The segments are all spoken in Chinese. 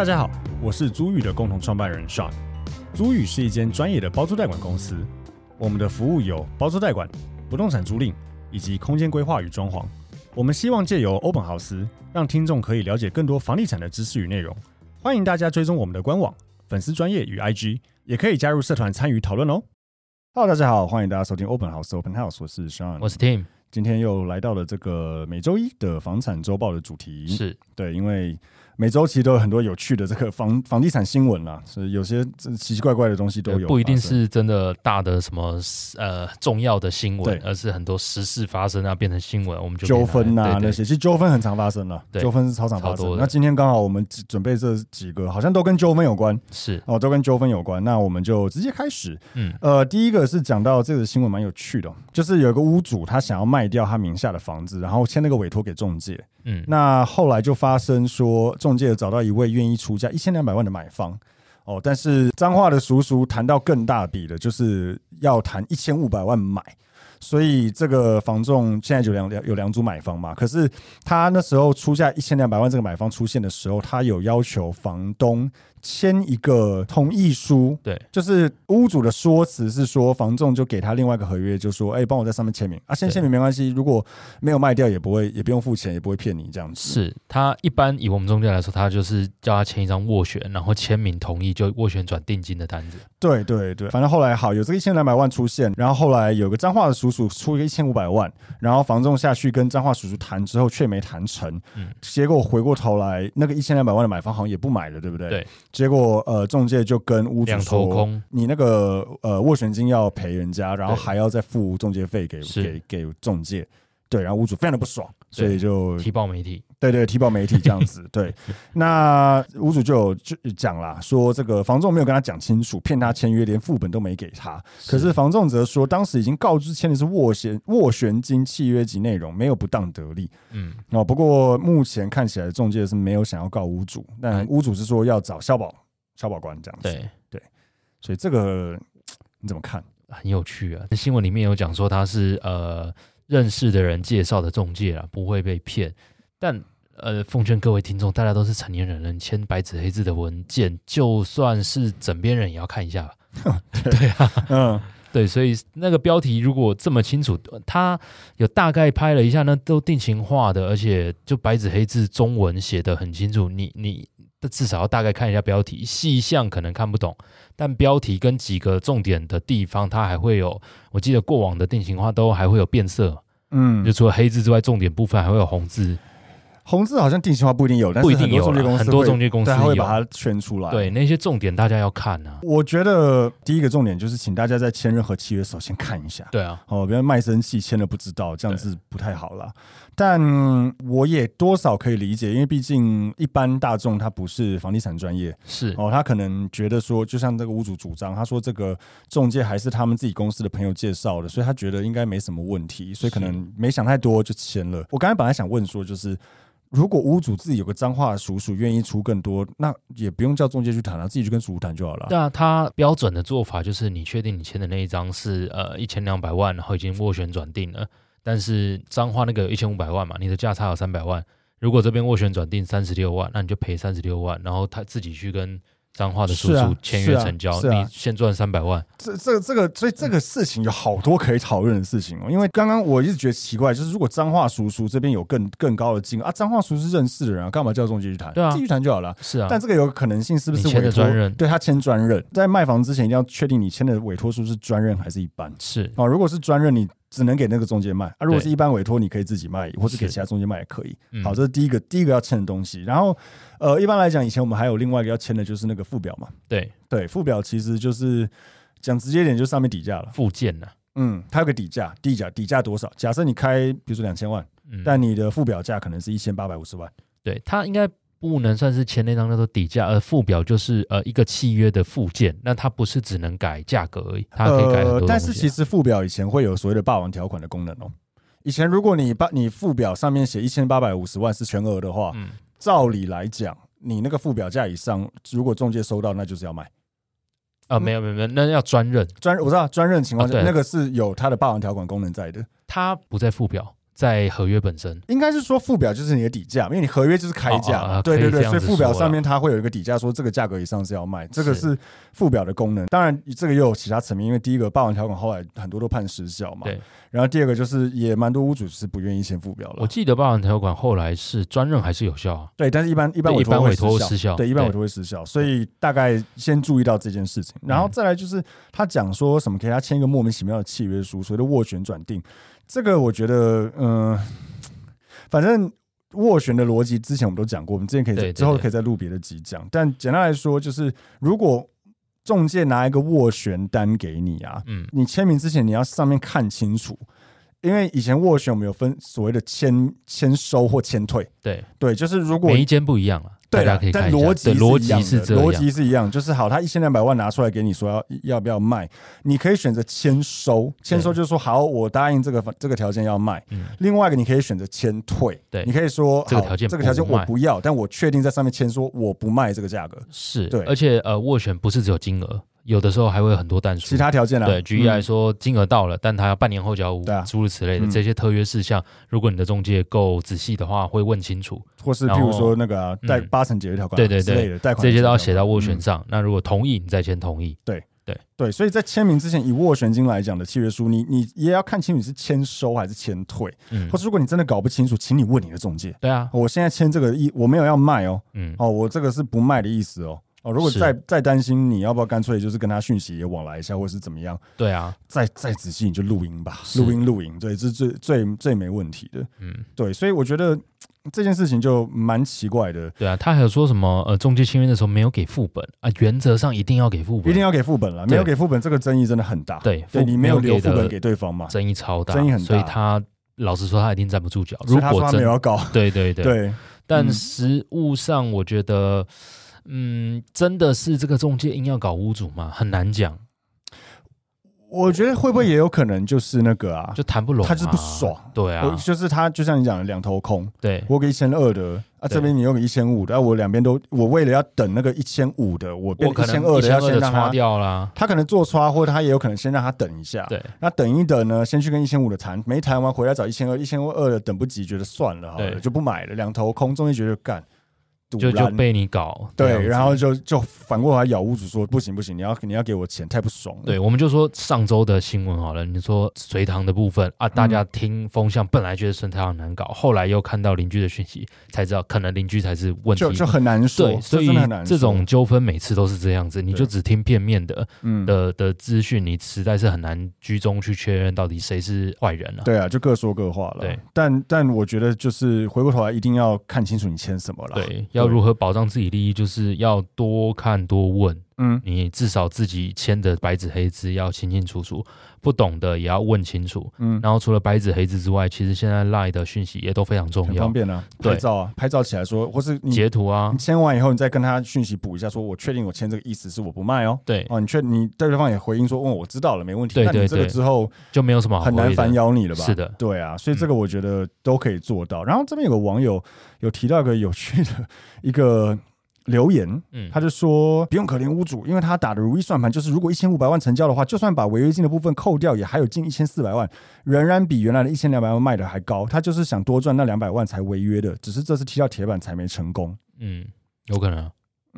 大家好，我是租宇的共同创办人 Sean。租宇是一间专业的包租代管公司，我们的服务有包租代管、不动产租赁以及空间规划与装潢。我们希望借由欧本豪斯，让听众可以了解更多房地产的知识与内容。欢迎大家追踪我们的官网、粉丝专页与 IG， 也可以加入社团参与讨论哦。Hello， 大家好，欢迎大家收听 Open House， 我是 Sean， 我是 Tim。 今天又来到了这个每周一的房产周报的主题， 是对， 因为每周其实都有很多有趣的这个房地产新闻啦，所以有些奇奇怪怪的东西都有， 不一定是真的大的什么重要的新闻，而是很多时事发生啊变成新闻，我们就纠纷啊那些，其实纠纷很常发生了，纠纷是超常发生。那今天刚好我们准备这几个，好像都跟纠纷有关， 是都跟纠纷有关。那我们就直接开始。第一个是讲到这个新闻蛮有趣的，就是有一个屋主他想要卖掉他名下的房子，然后签那个委托给仲介。那后来就发生说，仲介找到一位愿意出价1200万的买方，但是彰化的叔叔谈到更大笔的，就是要谈1500万买。所以这个房仲现在就有两组买方嘛，可是他那时候出价1200万，这个买方出现的时候，他有要求房东签一个同意书， 对， 就是屋主的说辞是说，房仲就给他另外一个合约，就说，帮我在上面签名啊，先签名没关系，如果没有卖掉也不用付钱，也不会骗你这样子。 是他一般以我们中介来说，他就是叫他签一张斡旋，然后签名同意，就斡旋转定金的单子。对对对，反正后来好有这个1200万出现，然后后来有个彰化的叔叔出一个1500万，然后房仲下去跟彰化叔叔谈之后却没谈成，结果回过头来那个1200万的买方好像也不买了，对不对？ 对。 结果仲介就跟屋主说， 两头空， 你那个斡旋金要赔人家，然后还要再付仲介费给仲介，对，然后屋主非常的不爽，所以就踢爆媒体， 对，踢爆媒体这样子，对。那屋主就讲啦，说这个房仲没有跟他讲清楚，骗他签约，连副本都没给他。可是房仲则说，当时已经告知签的是斡旋金、契约及内容，没有不当得利。不过目前看起来仲介是没有想要告屋主，但屋主是说要找消保官这样子。对，所以这个你怎么看？ 很有趣啊！新闻里面有讲说他是认识的人介绍的仲介啦，不会被骗。但奉劝各位听众，大家都是成年人，签白纸黑字的文件，就算是枕边人也要看一下吧。对啊，对，所以那个标题如果这么清楚，他有大概拍了一下，那都定型化的，而且就白纸黑字中文写得很清楚，你至少要大概看一下标题，细项可能看不懂，但标题跟几个重点的地方，它还会有，我记得过往的定型化都还会有变色，就除了黑字之外，重点部分还会有红字。 红字好像定型化不一定有，但是很多中介公司他会把它圈出来。 对，那些重点大家要看啊。 我觉得第一个重点就是，请大家在签任何契约首先看一下。 对啊， 不要卖身契签了不知道，这样子不太好啦。但我也多少可以理解，因为毕竟一般大众他不是房地产专业， 是他可能觉得说，就像这个屋主主张，他说这个仲介还是他们自己公司的朋友介绍的，所以他觉得应该没什么问题，所以可能没想太多就签了。我刚才本来想问说，就是如果屋主自己有个彰化的叔叔愿意出更多，那也不用叫仲介去谈了，自己去跟叔叔谈就好了。 对啊，他标准的做法就是你确定你签的那一张是1200万，然后已经斡旋转定了，但是彰化那个有1500万嘛，你的价差有300万，如果这边斡旋转定36万，那你就赔36万，然后他自己去跟彰化的叔叔签约成交，你先赚300万。 所以这个事情有好多可以讨论的事情因为刚刚我一直觉得奇怪，就是如果彰化叔叔这边有更高的金额啊，彰化叔叔是认识的人啊，干嘛叫仲介去谈？ 对啊， 自己去谈就好了。 是啊， 但这个有可能性是不是你签的专任？ 对，他签专任，在卖房之前一定要确定你签的委托书是专任还是一般。 是如果是专任，你只能给那个仲介卖啊。如果是一般委托，你可以自己卖，或是给其他仲介卖也可以。好，这是第一个要签的东西。然后一般来讲，以前我们还有另外一个要签的就是那个附表嘛。对，附表其实就是讲直接一点，就是上面底价了。 附件呢？ 它有个底价多少？假设你开比如说2000万，但你的附表价可能是1850万。 对，它应该不能算是签那张叫做底价，而附表就是一个契约的附件，那它不是只能改价格而已，它可以改很多东西。 但是其实附表以前会有所谓的霸王条款的功能以前如果你附表上面写1850万是全额的话，照理来讲，你那个附表价以上，如果仲介收到，那就是要卖。 没有，那要专任。 我知道专任情况下，那个是有它的霸王条款功能在的。 它不在附表， 在合约本身应该是说附表就是你的底价，因为你合约就是开价嘛，对对对，所以附表上面它会有一个底价，说这个价格以上是要卖，这个是附表的功能。当然这个又有其他层面，因为第一个霸王条款后来很多都判失效嘛，对。然后第二个就是也蛮多屋主是不愿意签附表了。 我记得霸王条款后来是专任还是有效啊？ 对，但是一般委托会失效，对，一般委托会失效，所以大概先注意到这件事情。然后再来就是他讲说什么给他签一个莫名其妙的契约书，所谓的斡旋转定，这个我觉得反正斡旋的逻辑之前我们都讲过，我们之前可以之后可以再录别的集讲。但简单来说，就是如果仲介拿一个斡旋单给你啊，你签名之前你要上面看清楚，因为以前斡旋我们有分所谓的签收或签退，对，就是如果每一间不一样了。对啦， 但逻辑是一样，就是好，他1200万拿出来给你说要不要卖，你可以选择签收，签收就是说好，我答应这个条件要卖。另外一个你可以选择签退， 对， 你可以说这个条件我不要，但我确定在上面签说我不卖这个价格。 是， 对， 而且斡旋不是只有金额。有的时候还会有很多但书， 其他条件啊。 对，举例来说，金额到了，但他要半年后交屋，诸如此类的这些特约事项，如果你的中介够仔细的话，会问清楚， 或是譬如说那个贷8成解约条款，对之类的贷款， 这些都要写到斡旋上。那如果同意，你再签同意。 对，所以在签名之前，以斡旋金来讲的契约书，你也要看清楚你是签收还是签退，或是如果你真的搞不清楚，请你问你的中介。 对啊， 我现在签这个我没有要卖哦，我这个是不卖的意思哦。如果再担心，你要不要干脆就是跟他讯息也往来一下，或是怎么样？ 对啊， 再仔细你就录音吧，录音，对，这是最没问题的。对，所以我觉得这件事情就蛮奇怪的。 对啊，他还有说什么中介签约的时候没有给副本啊？原则上一定要给副本， 一定要给副本了，没有给副本，这个争议真的很大。对，你没有留副本给对方嘛， 争议超大， 争议很大。 所以他老实说，他一定站不住脚。 如果他说他没有要搞， 对，但实务上我觉得。真的是这个中介硬要搞屋主吗？很难讲。 我觉得会不会也有可能就是那个啊， 就谈不拢， 他就是不爽。 对啊， 就是他就像你讲的两头空。 对， 我给1200的啊，这边你用个1500的，我两边都，我为了要等那个1500的，我变1200的要先让他掉啦。 他可能做刷，或者他也有可能先让他等一下。 对， 那等一等呢，先去跟1500的谈，没谈完回来找1200的，等不及，觉得算了好了，就不买了。两头空，中间觉得干。 就被你搞， 对，然后就反过来咬屋主说不行，你要给我钱，太不爽了。 对，我们就说上周的新闻好了，你说隋唐的部分啊，大家听风向本来觉得隋唐难搞，后来又看到邻居的讯息，才知道可能邻居才是问题， 就很难说。 对，所以这种纠纷每次都是这样子，你就只听片面的资讯，你实在是很难居中去确认到底谁是坏人了。 对啊，就各说各话了。对，但我觉得就是回过头来一定要看清楚你签什么了。 对，要如何保障自己利益，就是要多看多问。你至少自己签的白纸黑字要清清楚楚，不懂的也要问清楚。然后除了白纸黑字之外，其实现在 LINE 的讯息也都非常重要， 很方便啊。拍照啊，拍照起来说，或是你截图啊， 你签完以后，你再跟他讯息补一下，说我确定我签这个意思是我不卖哦。 对哦， 你对方也回应说，我知道了，没问题。那你这个之后就没有什么好很难反咬你了吧？ 是的， 对啊，所以这个我觉得都可以做到。然后这边有个网友有提到一个有趣的一个留言，他就说不用可怜屋主，因为他打的如意算盘就是如果1500万成交的话，就算把违约金的部分扣掉，也还有近1400万，仍然比原来的1200万卖的还高。他就是想多赚那200万才违约的，只是这次踢到铁板才没成功。 有可能。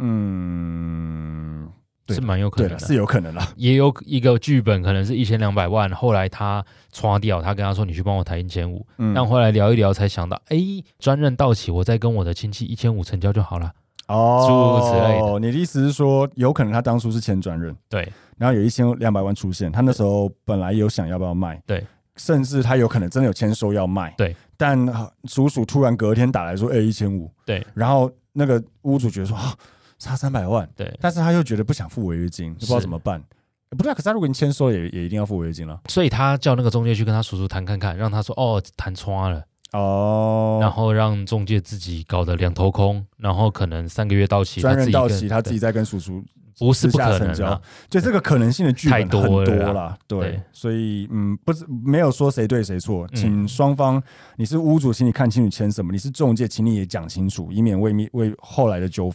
是蛮有可能的， 是有可能啦。 也有一个剧本可能是1200万，后来他刷掉，他跟他说你去帮我谈1500，但后来聊一聊才想到，专任到期，我再跟我的亲戚1500成交就好了。诸如此类的。 你的意思是说，有可能他当初是签专任， 对， 然后有1200万出现，他那时候本来有想要不要卖， 对， 甚至他有可能真的有签收要卖， 对， 但叔叔突然隔天打来说，1500， 对， 然后那个屋主觉得说差300万， 对， 但是他又觉得不想付违约金，不知道怎么办。不对，可是他如果你签收也一定要付违约金了， 所以他叫那个中介去跟他叔叔谈看看，让他说谈穿了。然后让中介自己搞得两头空，然后可能3个月到期， 专任到期，他自己再跟叔叔不是不可能啊， 就这个可能性的剧本很多啦，对，所以不是没有说谁对谁错，请双方，你是屋主，请你看清楚签什么，你是中介，请你也讲清楚，以免为后来的纠纷。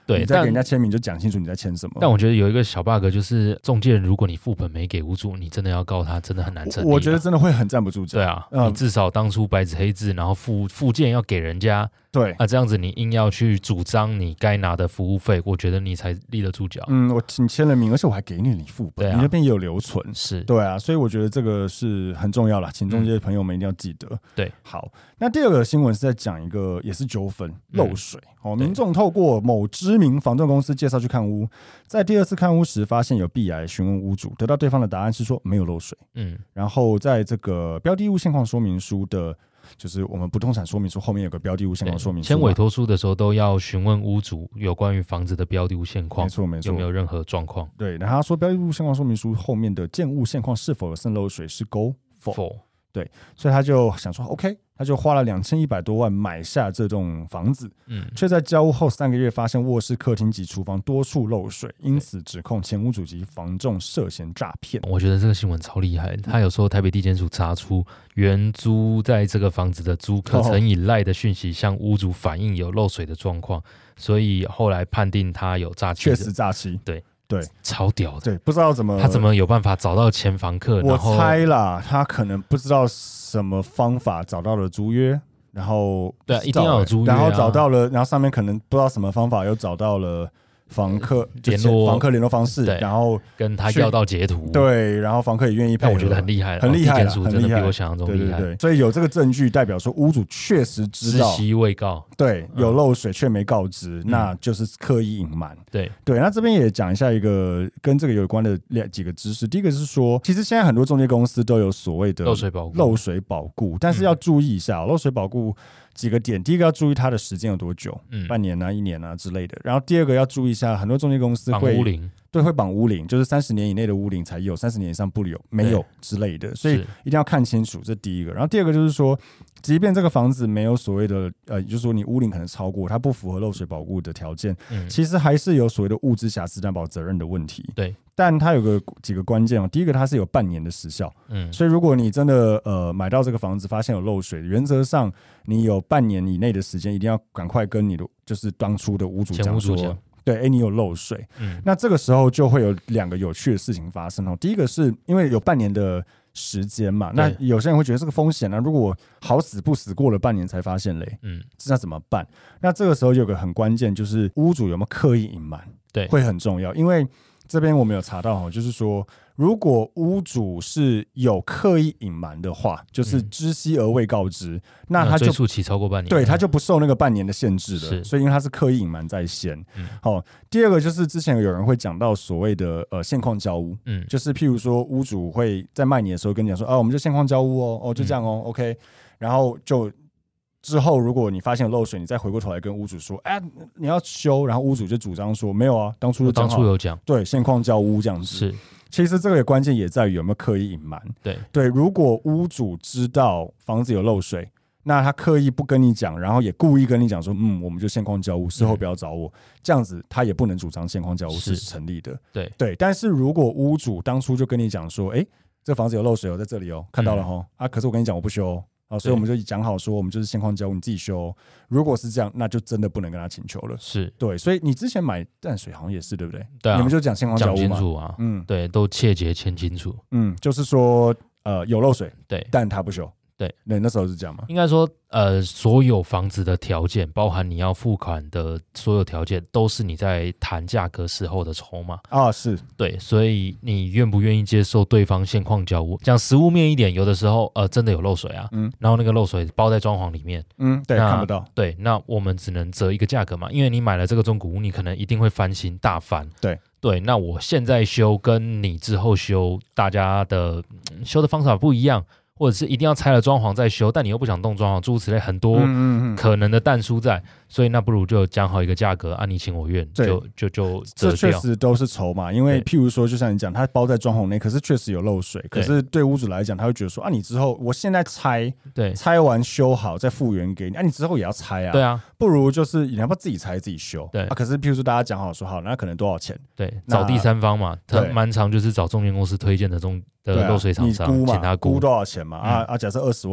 对， 你在给人家签名就讲清楚你在签什么。 但我觉得有一个小 bug 就是中介人如果你副本没给屋主，你真的要告他真的很难成立。 我觉得真的会很站不住脚。 对啊，你至少当初白纸黑字，然后附件要给人家。 对啊，这样子你硬要去主张你该拿的服务费，我觉得你才立得住脚。 你签了名，而且我还给你副本，你那边也有留存， 是对啊，所以我觉得这个是很重要啦，请中介的朋友们一定要记得。 对， 好，那第二个新闻是在讲一个也是纠纷漏水。民众透过某知名房仲公司介绍去看屋，在第二次看屋时发现有壁癌，询问屋主，得到对方的答案是说没有漏水。然后在这个标的物现况说明书的。就是我们不动产说明书后面有个标的物现况说明书， 签委托书的时候都要询问屋主有关于房子的标的物现况， 没错没错， 有没有任何状况？ 对，然后他说标的物现况说明书后面的建物现况是否有渗漏水是勾否？对，所以他就想说 OK， 他就花了2100多万买下这栋房子，却在交屋后3个月发现卧室、客厅及厨房多处漏水，因此指控前屋主及房仲涉嫌诈骗。 我觉得这个新闻超厉害，他有说台北地检署查出原租在这个房子的租客曾以赖的讯息向屋主反映有漏水的状况，所以后来判定他有诈欺， 确实诈欺，对， 超屌的。 对，不知道他怎么有办法找到前房客？ 我猜啦，他可能不知道什么方法找到了租约，然后对、一定要有租约、 然后找到了，然后上面可能不知道什么方法又找到了房客联络方式，然后跟他要到截图， 对，然后房客也愿意配合， 我觉得很厉害， 很厉害， 真的比我想象中厉害。 对，所以有这个证据，代表说屋主确实知道， 知悉未告， 对，有漏水却没告知，那就是刻意隐瞒。 对， 那这边也讲一下一个跟这个有关的几个知识。第一个是说，其实现在很多中介公司都有所谓的漏水保固，但是要注意一下，漏水保固几个点。第一个要注意它的时间有多久，半年啊、1年啊之类的。然后第二个要注意一下，很多中介公司会绑屋龄， 对，会绑屋龄，就是30年以内的屋龄才有，30年以上不有，没有之类的，所以一定要看清楚，这第一个。然后第二个就是说，即便这个房子没有所谓的也就是说你屋龄可能超过，它不符合漏水保固的条件，其实还是有所谓的物质瑕疵担保责任的问题。 对， 但它有几个关键哦。第一个，它是有半年的时效，所以如果你真的买到这个房子发现有漏水，原则上你有半年以内的时间，一定要赶快跟你的就是当初的屋主讲说。对，你有漏水，那这个时候就会有2个有趣的事情发生哦。第一个是因为有半年的时间嘛，那有些人会觉得这个风险呢，如果好死不死过了半年才发现雷，那怎么办？那这个时候有个很关键，就是屋主有没有刻意隐瞒，对，会很重要，因为这边我们有查到，就是说，如果屋主是有刻意隐瞒的话，就是知悉而未告知，那他就追诉期超过半年， 对，他就不受那个半年的限制了。所以因为他是刻意隐瞒在先。第二个就是之前有人会讲到所谓的现况交屋，就是譬如说屋主会在卖你的时候跟你讲说，我们就现况交屋哦，就这样哦 ，OK， 然后就。之后，如果你发现有漏水，你再回过头来跟屋主说，你要修，然后屋主就主张说没有啊，当初有讲， 对，现况交屋这样子。 是， 其实这个关键也在于有没有刻意隐瞒。对，如果屋主知道房子有漏水，那他刻意不跟你讲，然后也故意跟你讲说，我们就现况交屋，事后不要找我，这样子他也不能主张现况交屋是成立的。对，但是如果屋主当初就跟你讲说，这房子有漏水哦，在这里哦，看到了哦，可是我跟你讲我不修哦。所以我们就讲好说，我们就是现况交屋，你自己修。如果是这样，那就真的不能跟他请求了。是对，所以你之前买淡水好像也是对不对？对啊，你们就讲现况交屋嘛， 讲清楚啊。对，都切结签清楚。 就是说有漏水， 对， 但他不修。对，那时候是这样吗？ 应该说，所有房子的条件，包含你要付款的所有条件，都是你在谈价格时候的筹码啊。是对，所以你愿不愿意接受对方现况交屋？讲实务面一点，有的时候真的有漏水啊，然后那个漏水包在装潢里面， 对，看不到。 对，那我们只能折一个价格嘛，因为你买了这个中古屋，你可能一定会翻新大翻。对，那我现在修跟你之后修，大家的修的方法不一样。或者是一定要拆了装潢再修，但你又不想动装潢，诸如此类很多可能的但书在，所以那不如就讲好一个价格，你情我愿，就折掉。 这确实都是筹码，因为譬如说，就像你讲，它包在装潢内，可是确实有漏水，可是对屋主来讲，他会觉得说你之后我现在拆完修好再复原给你，你之后也要拆啊， 对啊， 不如就是你要不要自己拆自己修，对可是譬如说大家讲好说好，那可能多少钱？ 对，找第三方嘛，他蛮常就是找中介公司推荐的漏水厂商，请他估多少钱嘛？假设20万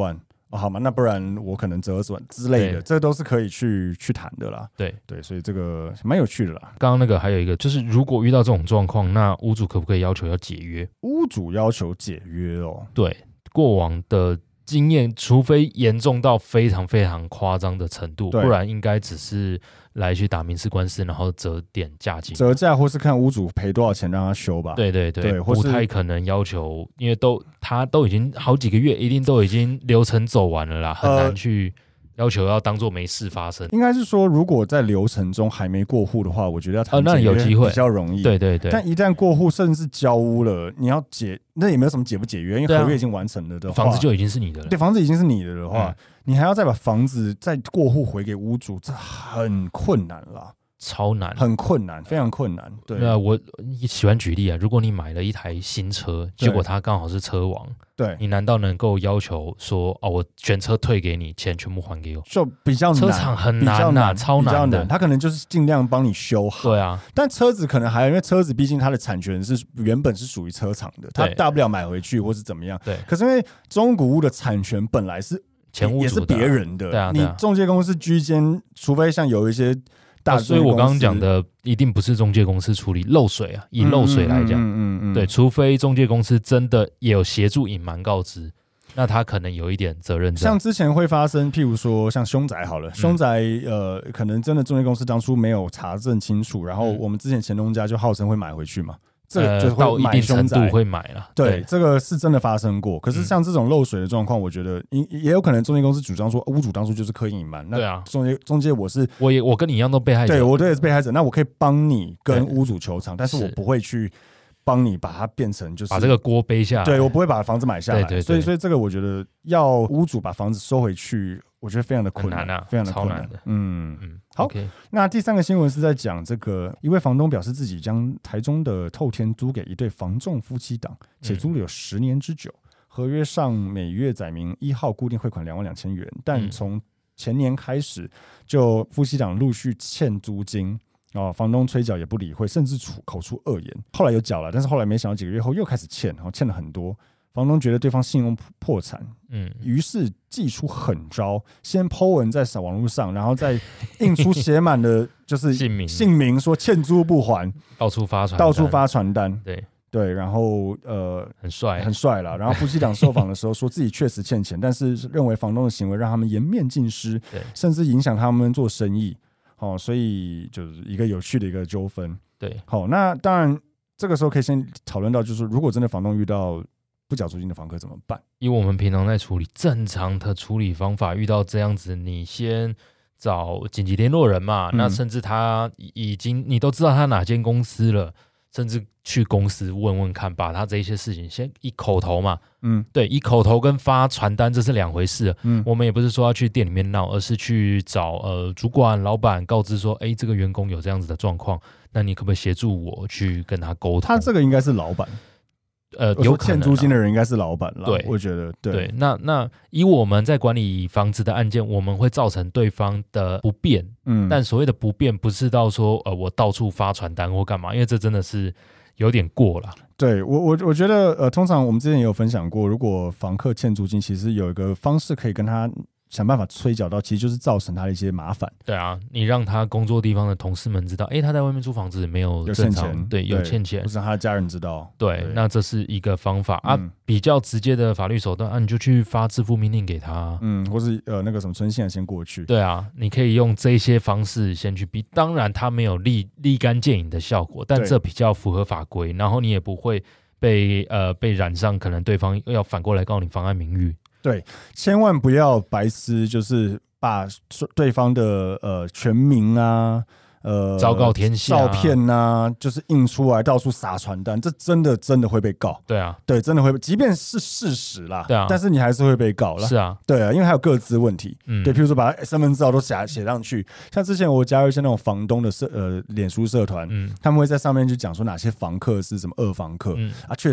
好嘛，那不然我可能折20万之类的，这都是可以去谈的啦。 对， 所以这个蛮有趣的啦。 刚刚那个还有一个就是，如果遇到这种状况，那屋主可不可以要求要解约？ 屋主要求解约哦？ 对，过往的经验，除非严重到非常非常夸张的程度，不然应该只是来去打民事官司，然后折点价金， 折价或是看屋主赔多少钱让他修吧。 对，不太可能要求，因为他都已经好几个月，一定都已经流程走完了啦，很难去要求要当做没事发生。 应该是说，如果在流程中还没过户的话，我觉得要谈那有机会比较容易。 对， 但一旦过户，甚至交屋了，你要解，那也没有什么解不解约，因为合约已经完成了的话， 房子就已经是你的了。 对，房子已经是你的话，你还要再把房子再过户回给屋主，这很困难啦。 超难， 很困难，非常困难。对， 我喜欢举例啊，如果你买了一台新车，结果它刚好是车王， 对， 你难道能够要求说，我全车退给你，钱全部还给我？ 就比较难， 车厂很难啊，超难的。 他可能就是尽量帮你修好。 对啊， 但车子可能还因为车子毕竟它的产权是原本是属于车厂的，它大不了买回去或是怎么样。 对， 可是因为中古屋的产权本来是前屋主的， 也是别人的， 对啊， 你中介公司居间，除非像有一些。 所以我刚刚讲的一定不是中介公司处理漏水啊，以漏水来讲，对，除非中介公司真的也有协助隐瞒告知，那他可能有一点责任在。 像之前会发生，譬如说像凶宅好了，凶宅可能真的中介公司当初没有查证清楚，然后我们之前前东家就号称会买回去嘛。这个就到一定程度会买了， 对，这个是真的发生过。可是像这种漏水的状况，我觉得也有可能中介公司主张说，屋主当初就是刻意隐瞒。 对啊， 中介我跟你一样都被害者， 对，我也是被害者。那我可以帮你跟屋主求偿，但是我不会去帮你把它变成就是把这个锅背下来。 对，我不会把房子买下来。 对， 所以这个我觉得要屋主把房子收回去，我觉得非常的困难啊， 非常的困难。好，那第3个新闻是在讲这个一位房东表示自己将台中的透天租给一对房仲夫妻档，且租了有10年之久，合约上每月载明1号固定汇款22000元，但从前年开始就夫妻档陆续欠租金。房东催缴也不理会，甚至口出恶言。后来有缴了，但是后来没想到几个月后又开始欠，然后欠了很多。房东觉得对方信用破产，于是祭出狠招，先 po 文在网络上，然后再印出写满的就是姓名，说欠租不还， 到处发传单，对，然后很帅啦。然后夫妻档受访的时候说自己确实欠钱，但是认为房东的行为让他们颜面尽失，甚至影响他们做生意。所以就是一个有趣的一个纠纷。 对， 好，那当然这个时候可以先讨论到，就是如果真的房东遇到不缴租金的房客怎么办？ 以我们平常在处理正常的处理方法，遇到这样子，你先找紧急联络人嘛。那甚至他你都知道他哪间公司了，甚至去公司问问看，把他这一些事情先以口头嘛。对，以口头跟发传单这是两回事。我们也不是说要去店里面闹，而是去找主管、老板告知说，这个员工有这样子的状况，那你可不可以协助我去跟他沟通？ 他这个应该是老板。有可能欠租金的人应该是老板了， 对， 我觉得 对。 那以我们在管理房子的案件，我们会造成对方的不便，但所谓的不便不是到说我到处发传单或干嘛，因为这真的是有点过了。 对，我觉得通常我们之前也有分享过，如果房客欠租金，其实有一个方式可以跟他想办法催缴到，其实就是造成他的一些麻烦。 对啊，你让他工作地方的同事们知道，他在外面租房子没有正常，有欠钱， 不是让他的家人知道。 对，那这是一个方法比较直接的法律手段你就去发支付命令给他， 或是那个什么存信先过去。 对啊，你可以用这些方式先去逼，当然它没有立竿见影的效果，但这比较符合法规，然后你也不会被染上，可能对方要反过来告你妨碍名誉。 对，千万不要白痴，就是把对方的全名啊、 昭告天下照片啊，就是印出来到处撒传单，这真的会被告。 对啊， 对，真的会，即便是事实啦， 对啊， 但是你还是会被告啦。 是啊， 对啊，因为还有个资问题。对，譬如说把身份证都写上去，像之前我加入一些那种房东的脸书社团，他们会在上面就讲说哪些房客是什么2房客确实。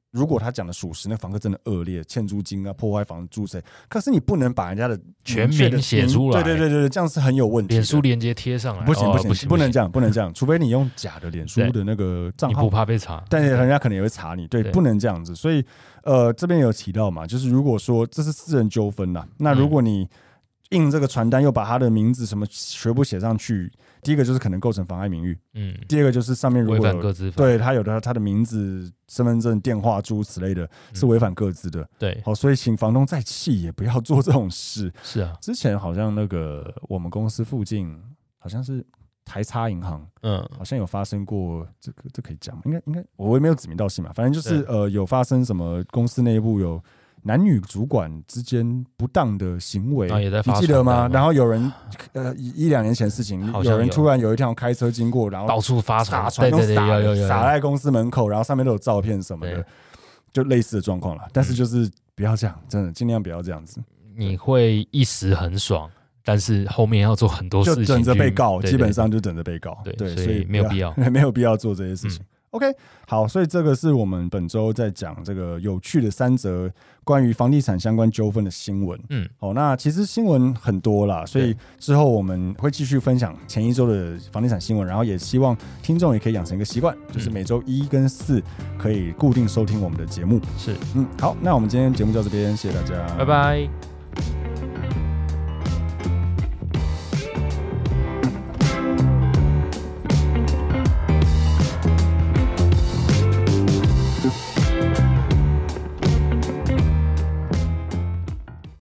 如果他讲的属实，那房客真的恶劣，欠租金啊，破坏房租谁？可是你不能把人家的全名写出来， 对，这样是很有问题的。 脸书连接贴上来， 不行，不能这样，除非你用假的脸书的那个账号， 你不怕被查， 但是人家可能也会查你，对，不能这样子。所以这边有提到嘛，就是如果说这是私人纠纷呐，那如果你印这个传单又把他的名字什么全部写上去，第一个就是可能构成妨碍名誉，第二个就是上面如果违反个资法， 对他有他的名字、身份证、电话诸如此类的，是违反个资的。 对， 好，所以请房东再气也不要做这种事。 是啊， 之前好像那个我们公司附近好像是台差银行，好像有发生过这可以讲吗？应该我也没有指名道姓嘛，反正就是有发生什么公司内部有男女主管之间不当的行为，你记得吗？然后有人1-2年前的事情，有人突然有一条开车经过，然后到处发传， 对， 撒在公司门口，然后上面都有照片什么的，就类似的状况了。但是就是不要这样，真的尽量不要这样子。 你会一时很爽，但是后面要做很多事情， 就等着被告，基本上就等着被告。 对，所以没有必要， 没有必要做这些事情。OK， 好，所以这个是我们本周在讲这个有趣的3则关于房地产相关纠纷的新闻。好，那其实新闻很多啦，所以之后我们会继续分享前一周的房地产新闻，然后也希望听众也可以养成一个习惯，就是每周1跟4可以固定收听我们的节目。 是， 好，那我们今天节目就到这边，谢谢大家， 拜拜。